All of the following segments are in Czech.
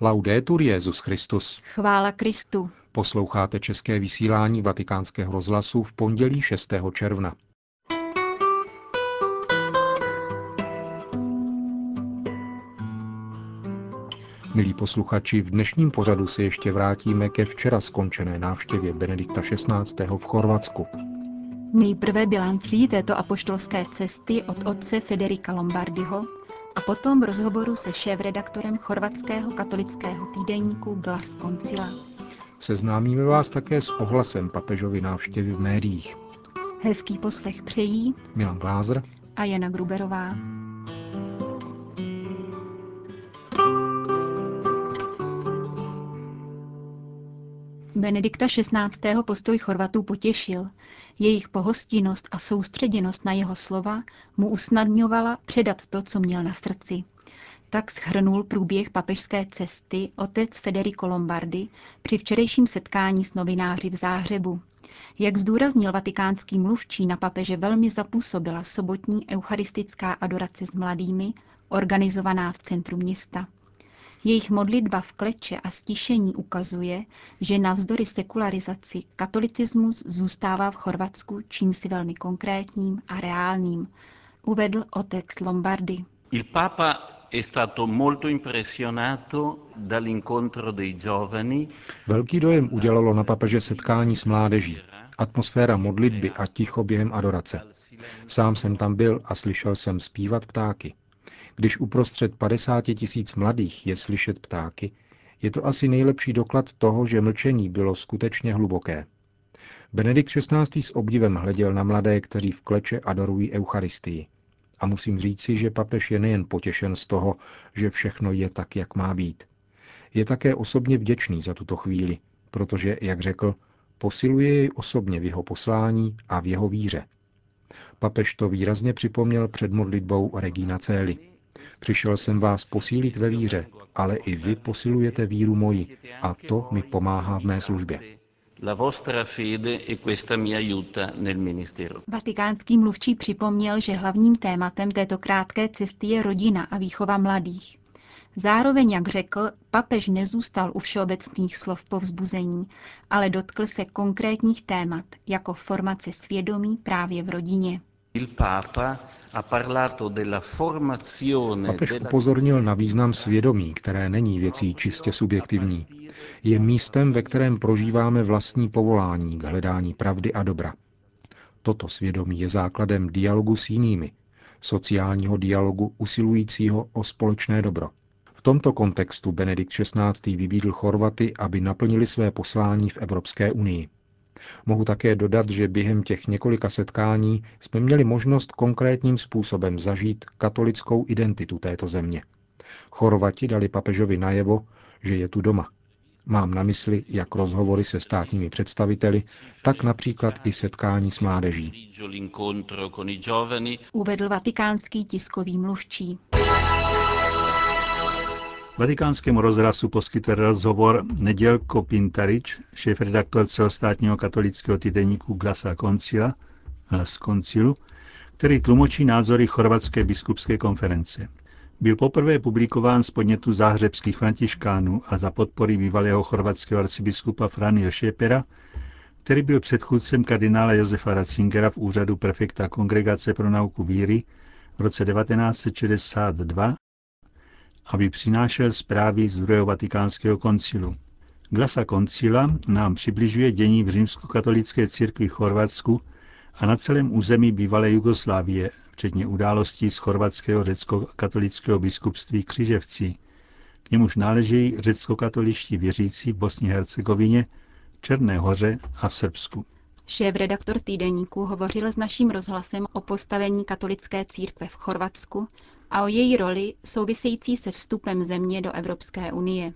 Laudetur Jesus Christus. Chvála Kristu. Posloucháte české vysílání Vatikánského rozhlasu v pondělí 6. června. Milí posluchači, v dnešním pořadu se ještě vrátíme ke včera skončené návštěvě Benedikta XVI. V Chorvatsku. Nejprve bilancí této apoštolské cesty od otce Federica Lombardiho a potom v rozhovoru se šéfredaktorem chorvatského katolického týdeníku Glas Koncila. Seznámíme vás také s ohlasem papežovy návštěvy v médiích. Hezký poslech přejí Milan Glázer a Jana Gruberová. Benedikta XVI. Postoj Chorvatů potěšil. Jejich pohostinnost a soustředěnost na jeho slova mu usnadňovala předat to, co měl na srdci. Tak shrnul průběh papežské cesty otec Federico Lombardi při včerejším setkání s novináři v Záhřebu. Jak zdůraznil vatikánský mluvčí, na papeže velmi zapůsobila sobotní eucharistická adorace s mladými, organizovaná v centru města. Jejich modlitba v kleče a stišení ukazuje, že navzdory sekularizaci katolicismus zůstává v Chorvatsku čímsi velmi konkrétním a reálným, uvedl otec Lombardi. Il Papa è stato molto impressionato dall'incontro dei giovani. Velký dojem udělalo na papeže setkání s mládeží, atmosféra modlitby a ticho během adorace. Sám jsem tam byl a slyšel jsem zpívat ptáky. Když uprostřed 50 000 mladých je slyšet ptáky, je to asi nejlepší doklad toho, že mlčení bylo skutečně hluboké. Benedikt XVI. S obdivem hleděl na mladé, kteří v kleče adorují Eucharistii. A musím říci, že papež je nejen potěšen z toho, že všechno je tak, jak má být. Je také osobně vděčný za tuto chvíli, protože, jak řekl, posiluje jej osobně v jeho poslání a v jeho víře. Papež to výrazně připomněl před modlitbou Regina Coeli. Přišel jsem vás posílit ve víře, ale i vy posilujete víru moji a to mi pomáhá v mé službě. Vatikánský mluvčí připomněl, že hlavním tématem této krátké cesty je rodina a výchova mladých. Zároveň, jak řekl, papež nezůstal u všeobecných slov povzbuzení, ale dotkl se konkrétních témat, jako formace svědomí právě v rodině. Papež upozornil na význam svědomí, které není věcí čistě subjektivní. Je místem, ve kterém prožíváme vlastní povolání k hledání pravdy a dobra. Toto svědomí je základem dialogu s jinými, sociálního dialogu usilujícího o společné dobro. V tomto kontextu Benedikt XVI. Vybídl Chorvaty, aby naplnili své poslání v Evropské unii. Mohu také dodat, že během těch několika setkání jsme měli možnost konkrétním způsobem zažít katolickou identitu této země. Chorvati dali papežovi najevo, že je tu doma. Mám na mysli jak rozhovory se státními představiteli, tak například i setkání s mládeží. Uvedl vatikánský tiskový mluvčí. Vatikánskému rozhlasu poskytl rozhovor Nedělko Pintarič, šéfredaktor celostátního katolického týdeníku Glas Koncilu, který tlumočí názory chorvatské biskupské konference. Byl poprvé publikován z podnětu záhřebských františkánů a za podpory bývalého chorvatského arcibiskupa Franjo Šepera, který byl předchůdcem kardinála Josefa Ratzingera v úřadu prefekta Kongregace pro nauku víry v roce 1962, aby přinášel zprávy z druhého vatikánského koncilu. Glasa Koncila nám přibližuje dění v římskokatolické církvi v Chorvatsku a na celém území bývalé Jugoslávie, včetně událostí z chorvatského řecko-katolického biskupství Křiževcí, k němuž náležejí řecko-katoličtí věřící v Bosně a Hercegovině, Černé Hoře a v Srbsku. Šéfredaktor týdeníku hovořil s naším rozhlasem o postavení katolické církve v Chorvatsku a o její roli související se vstupem země do Evropské unie.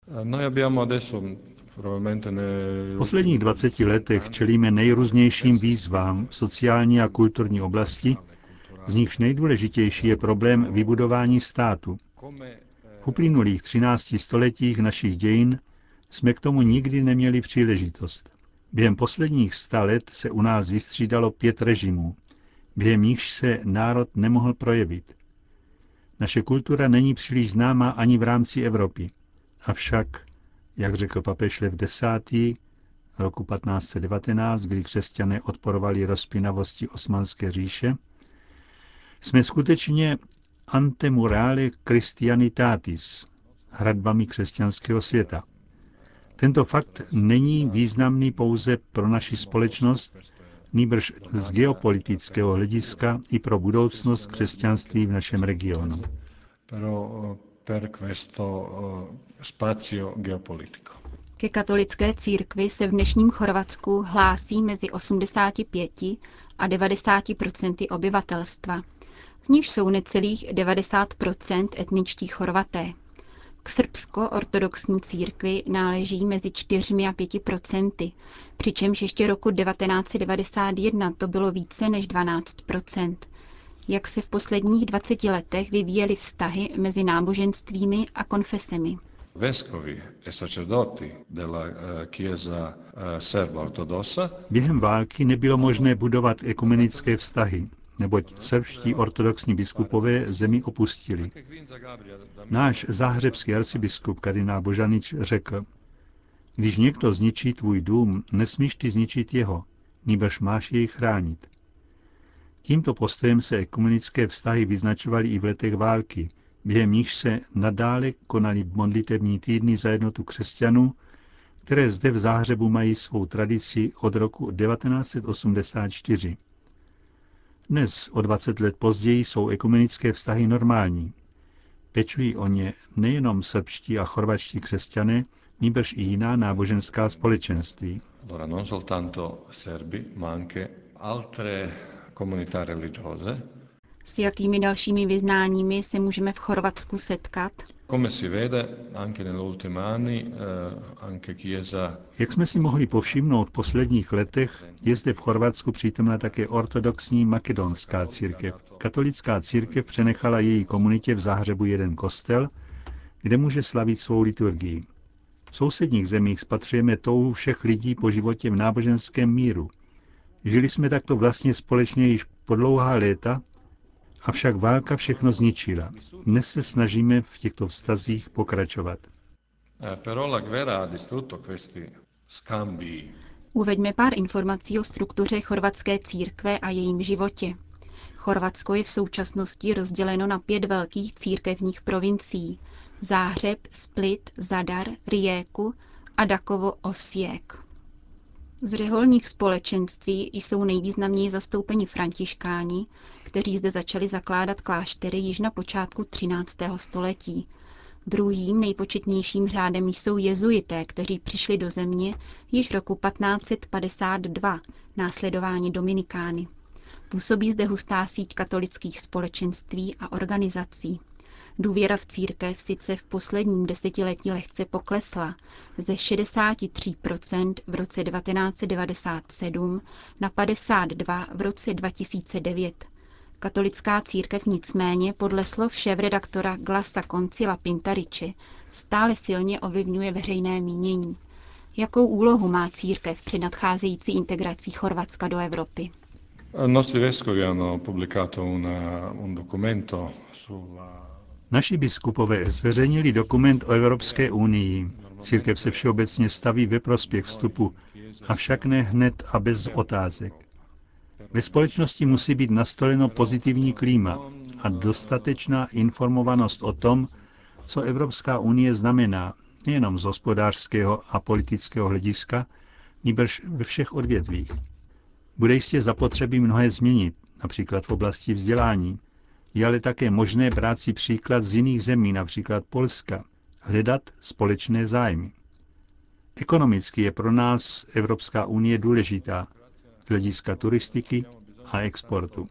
V posledních 20 letech čelíme nejrůznějším výzvám v sociální a kulturní oblasti, z nichž nejdůležitější je problém vybudování státu. V uplynulých 13 stoletích našich dějin jsme k tomu nikdy neměli příležitost. Během posledních 100 let se u nás vystřídalo 5 režimů, během nichž se národ nemohl projevit. Naše kultura není příliš známá ani v rámci Evropy Avšak, jak řekl papež Lev X. roku 1519, kdy křesťané odporovali rozpínavosti Osmanské říše, jsme skutečně antemurale Christianitatis, hradbami křesťanského světa. Tento fakt není významný pouze pro naši společnost, nýbrž z geopolitického hlediska i pro budoucnost křesťanství v našem regionu. Ke katolické církvi se v dnešním Chorvatsku hlásí mezi 85 a 90% obyvatelstva, z nichž jsou necelých 90% etničtí Chorvaté. K srbsko-ortodoxní církvi náleží mezi 4 a 5%, přičemž ještě roku 1991 to bylo více než 12%. Jak se v posledních 20 letech vyvíjely vztahy mezi náboženstvími a konfesemi. Během války nebylo možné budovat ekumenické vztahy, neboť srbští ortodoxní biskupové zemi opustili. Náš záhřebský arcibiskup kardinál Božanič řekl: když někdo zničí tvůj dům, nesmíš ty zničit jeho, nýbrž máš jej chránit. Tímto postojem se ekumenické vztahy vyznačovaly i v letech války, během níž se nadále konaly modlitební týdny za jednotu křesťanů, které zde v Záhřebu mají svou tradici od roku 1984. Dnes, o 20 let později, jsou ekumenické vztahy normální. Pečují o ně nejenom srbští a chorvatští křesťané, nýbrž i jiná náboženská společenství. S jakými dalšími vyznáními se můžeme v Chorvatsku setkat? Jak jsme si mohli povšimnout v posledních letech, je zde v Chorvatsku přítomna také ortodoxní makedonská církev. Katolická církev přenechala její komunitě v Záhřebu jeden kostel, kde může slavit svou liturgii. V sousedních zemích spatřujeme touhu všech lidí po životě v náboženském míru. Žili jsme takto vlastně společně již po dlouhá léta, avšak válka všechno zničila. Dnes se snažíme v těchto vztazích pokračovat. Uveďme pár informací o struktuře chorvatské církve a jejím životě. Chorvatsko je v současnosti rozděleno na 5 velkých církevních provincií: Záhřeb, Split, Zadar, Rijeku a Dakovo, Osijek. Z řeholních společenství jsou nejvýznamněji zastoupeni františkáni, kteří zde začali zakládat kláštery již na počátku 13. století. Druhým nejpočetnějším řádem jsou jezuité, kteří přišli do země již roku 1552, následováni dominikány. Působí zde hustá síť katolických společenství a organizací. Důvěra v církev sice v posledním desetiletí lehce poklesla ze 63% v roce 1997 na 52% v roce 2009. Katolická církev nicméně podle slov šéfredaktora Glasa Koncila Pintariče stále silně ovlivňuje veřejné mínění. Jakou úlohu má církev při nadcházející integrací Chorvatska do Evropy? Naši biskupové zveřejnili dokument o Evropské unii. Církev se všeobecně staví ve prospěch vstupu, avšak ne hned a bez otázek. Ve společnosti musí být nastoleno pozitivní klíma a dostatečná informovanost o tom, co Evropská unie znamená, nejenom z hospodářského a politického hlediska, nýbrž ve všech odvětvích. Bude jistě zapotřebí mnohé změnit, například v oblasti vzdělání. Je ale také možné brát si příklad z jiných zemí, například Polska, hledat společné zájmy. Ekonomicky je pro nás Evropská unie důležitá z hlediska turistiky a exportu.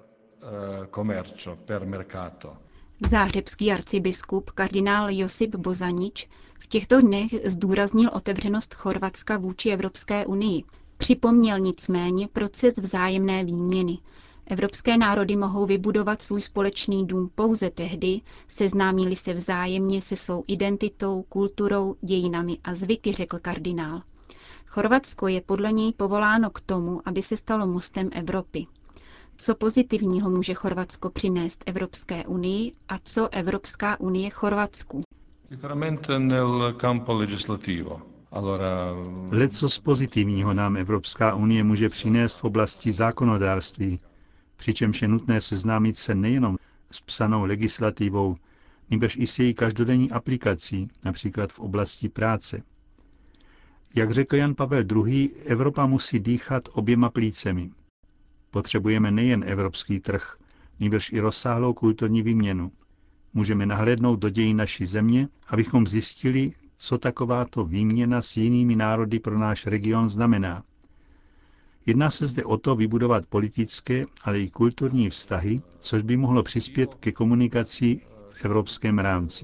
Záhřebský arcibiskup kardinál Josip Bozanič v těchto dnech zdůraznil otevřenost Chorvatska vůči Evropské unii. Připomněl nicméně proces vzájemné výměny. Evropské národy mohou vybudovat svůj společný dům pouze tehdy, seznámí-li se vzájemně se svou identitou, kulturou, dějinami a zvyky, řekl kardinál. Chorvatsko je podle něj povoláno k tomu, aby se stalo mostem Evropy. Co pozitivního může Chorvatsko přinést Evropské unii a co Evropská unie Chorvatsku? Lecos pozitivního nám Evropská unie může přinést v oblasti zákonodárství, přičemž je nutné seznámit se nejenom s psanou legislativou, nýbrž i s její každodenní aplikací, například v oblasti práce. Jak řekl Jan Pavel II., Evropa musí dýchat oběma plícemi. Potřebujeme nejen evropský trh, nýbrž i rozsáhlou kulturní výměnu. Můžeme nahlédnout do dějin naší země, abychom zjistili, co takováto výměna s jinými národy pro náš region znamená. Jedná se zde o to vybudovat politické, ale i kulturní vztahy, což by mohlo přispět ke komunikaci v evropském rámci.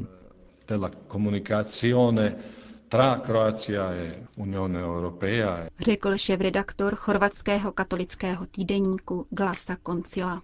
Řekl šéfredaktor chorvatského katolického týdeníku Glasa Koncila.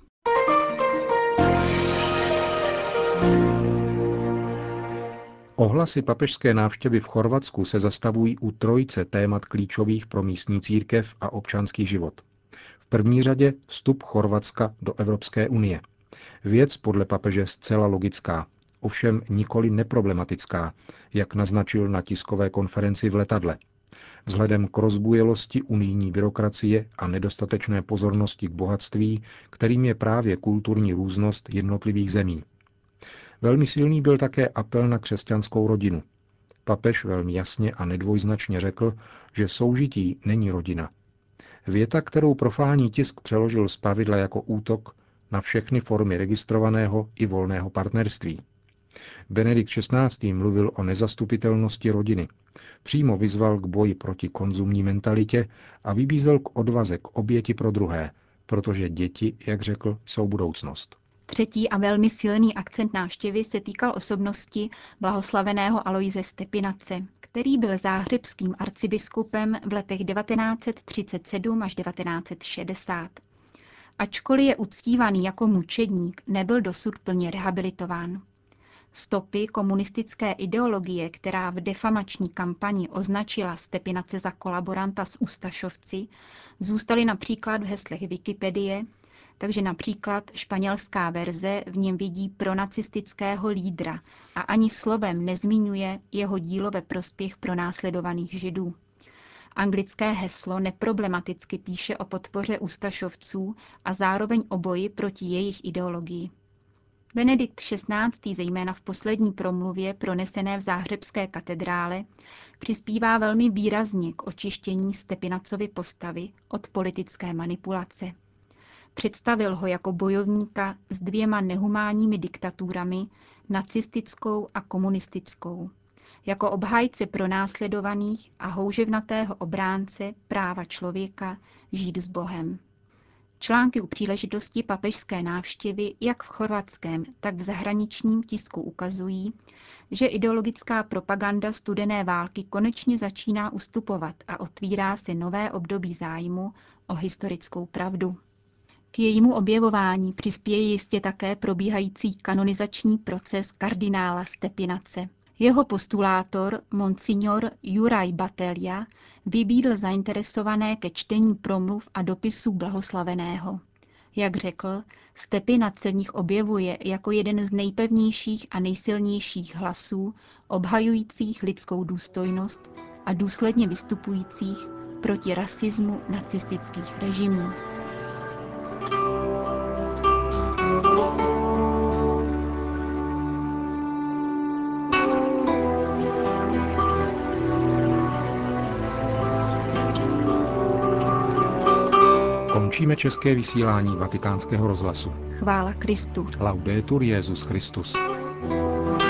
Ohlasy papežské návštěvy v Chorvatsku se zastavují u trojice témat klíčových pro místní církev a občanský život. V první řadě vstup Chorvatska do Evropské unie. Věc podle papeže zcela logická, ovšem nikoli neproblematická, jak naznačil na tiskové konferenci v letadle. Vzhledem k rozbujelosti unijní byrokracie a nedostatečné pozornosti k bohatství, kterým je právě kulturní různost jednotlivých zemí. Velmi silný byl také apel na křesťanskou rodinu. Papež velmi jasně a nedvojznačně řekl, že soužití není rodina. Věta, kterou profánní tisk přeložil zpravidla jako útok na všechny formy registrovaného i volného partnerství. Benedikt XVI. Mluvil o nezastupitelnosti rodiny, přímo vyzval k boji proti konzumní mentalitě a vybízel k odvaze k oběti pro druhé, protože děti, jak řekl, jsou budoucnost. Třetí a velmi silný akcent návštěvy se týkal osobnosti blahoslaveného Alojze Stepinace, který byl záhřebským arcibiskupem v letech 1937 až 1960. Ačkoliv je uctívaný jako mučedník, nebyl dosud plně rehabilitován. Stopy komunistické ideologie, která v defamační kampani označila Stepinace za kolaboranta s ustašovci, zůstaly například v heslech Wikipedie, takže například španělská verze v něm vidí pronacistického lídra a ani slovem nezmiňuje jeho dílo ve prospěch pronásledovaných Židů. Anglické heslo neproblematicky píše o podpoře ustašovců a zároveň o boji proti jejich ideologii. Benedikt XVI. Zejména v poslední promluvě pronesené v záhřebské katedrále přispívá velmi výrazně k očištění Stepinacovy postavy od politické manipulace. Představil ho jako bojovníka s dvěma nehumánními diktaturami, nacistickou a komunistickou, jako obhájce pronásledovaných a houževnatého obránce práva člověka žít s Bohem. Články u příležitosti papežské návštěvy jak v chorvatském, tak v zahraničním tisku ukazují, že ideologická propaganda studené války konečně začíná ustupovat a otvírá se nové období zájmu o historickou pravdu. K jejímu objevování přispěje jistě také probíhající kanonizační proces kardinála Stepinace. Jeho postulátor, monsignor Juraj Batelja, vybídl zainteresované ke čtení promluv a dopisů blahoslaveného. Jak řekl, Stepinac se v nich objevuje jako jeden z nejpevnějších a nejsilnějších hlasů, obhajujících lidskou důstojnost a důsledně vystupujících proti rasismu nacistických režimů. Končíme české vysílání Vatikánského rozhlasu. Chvála Kristu. Laudetur Jesus Christus.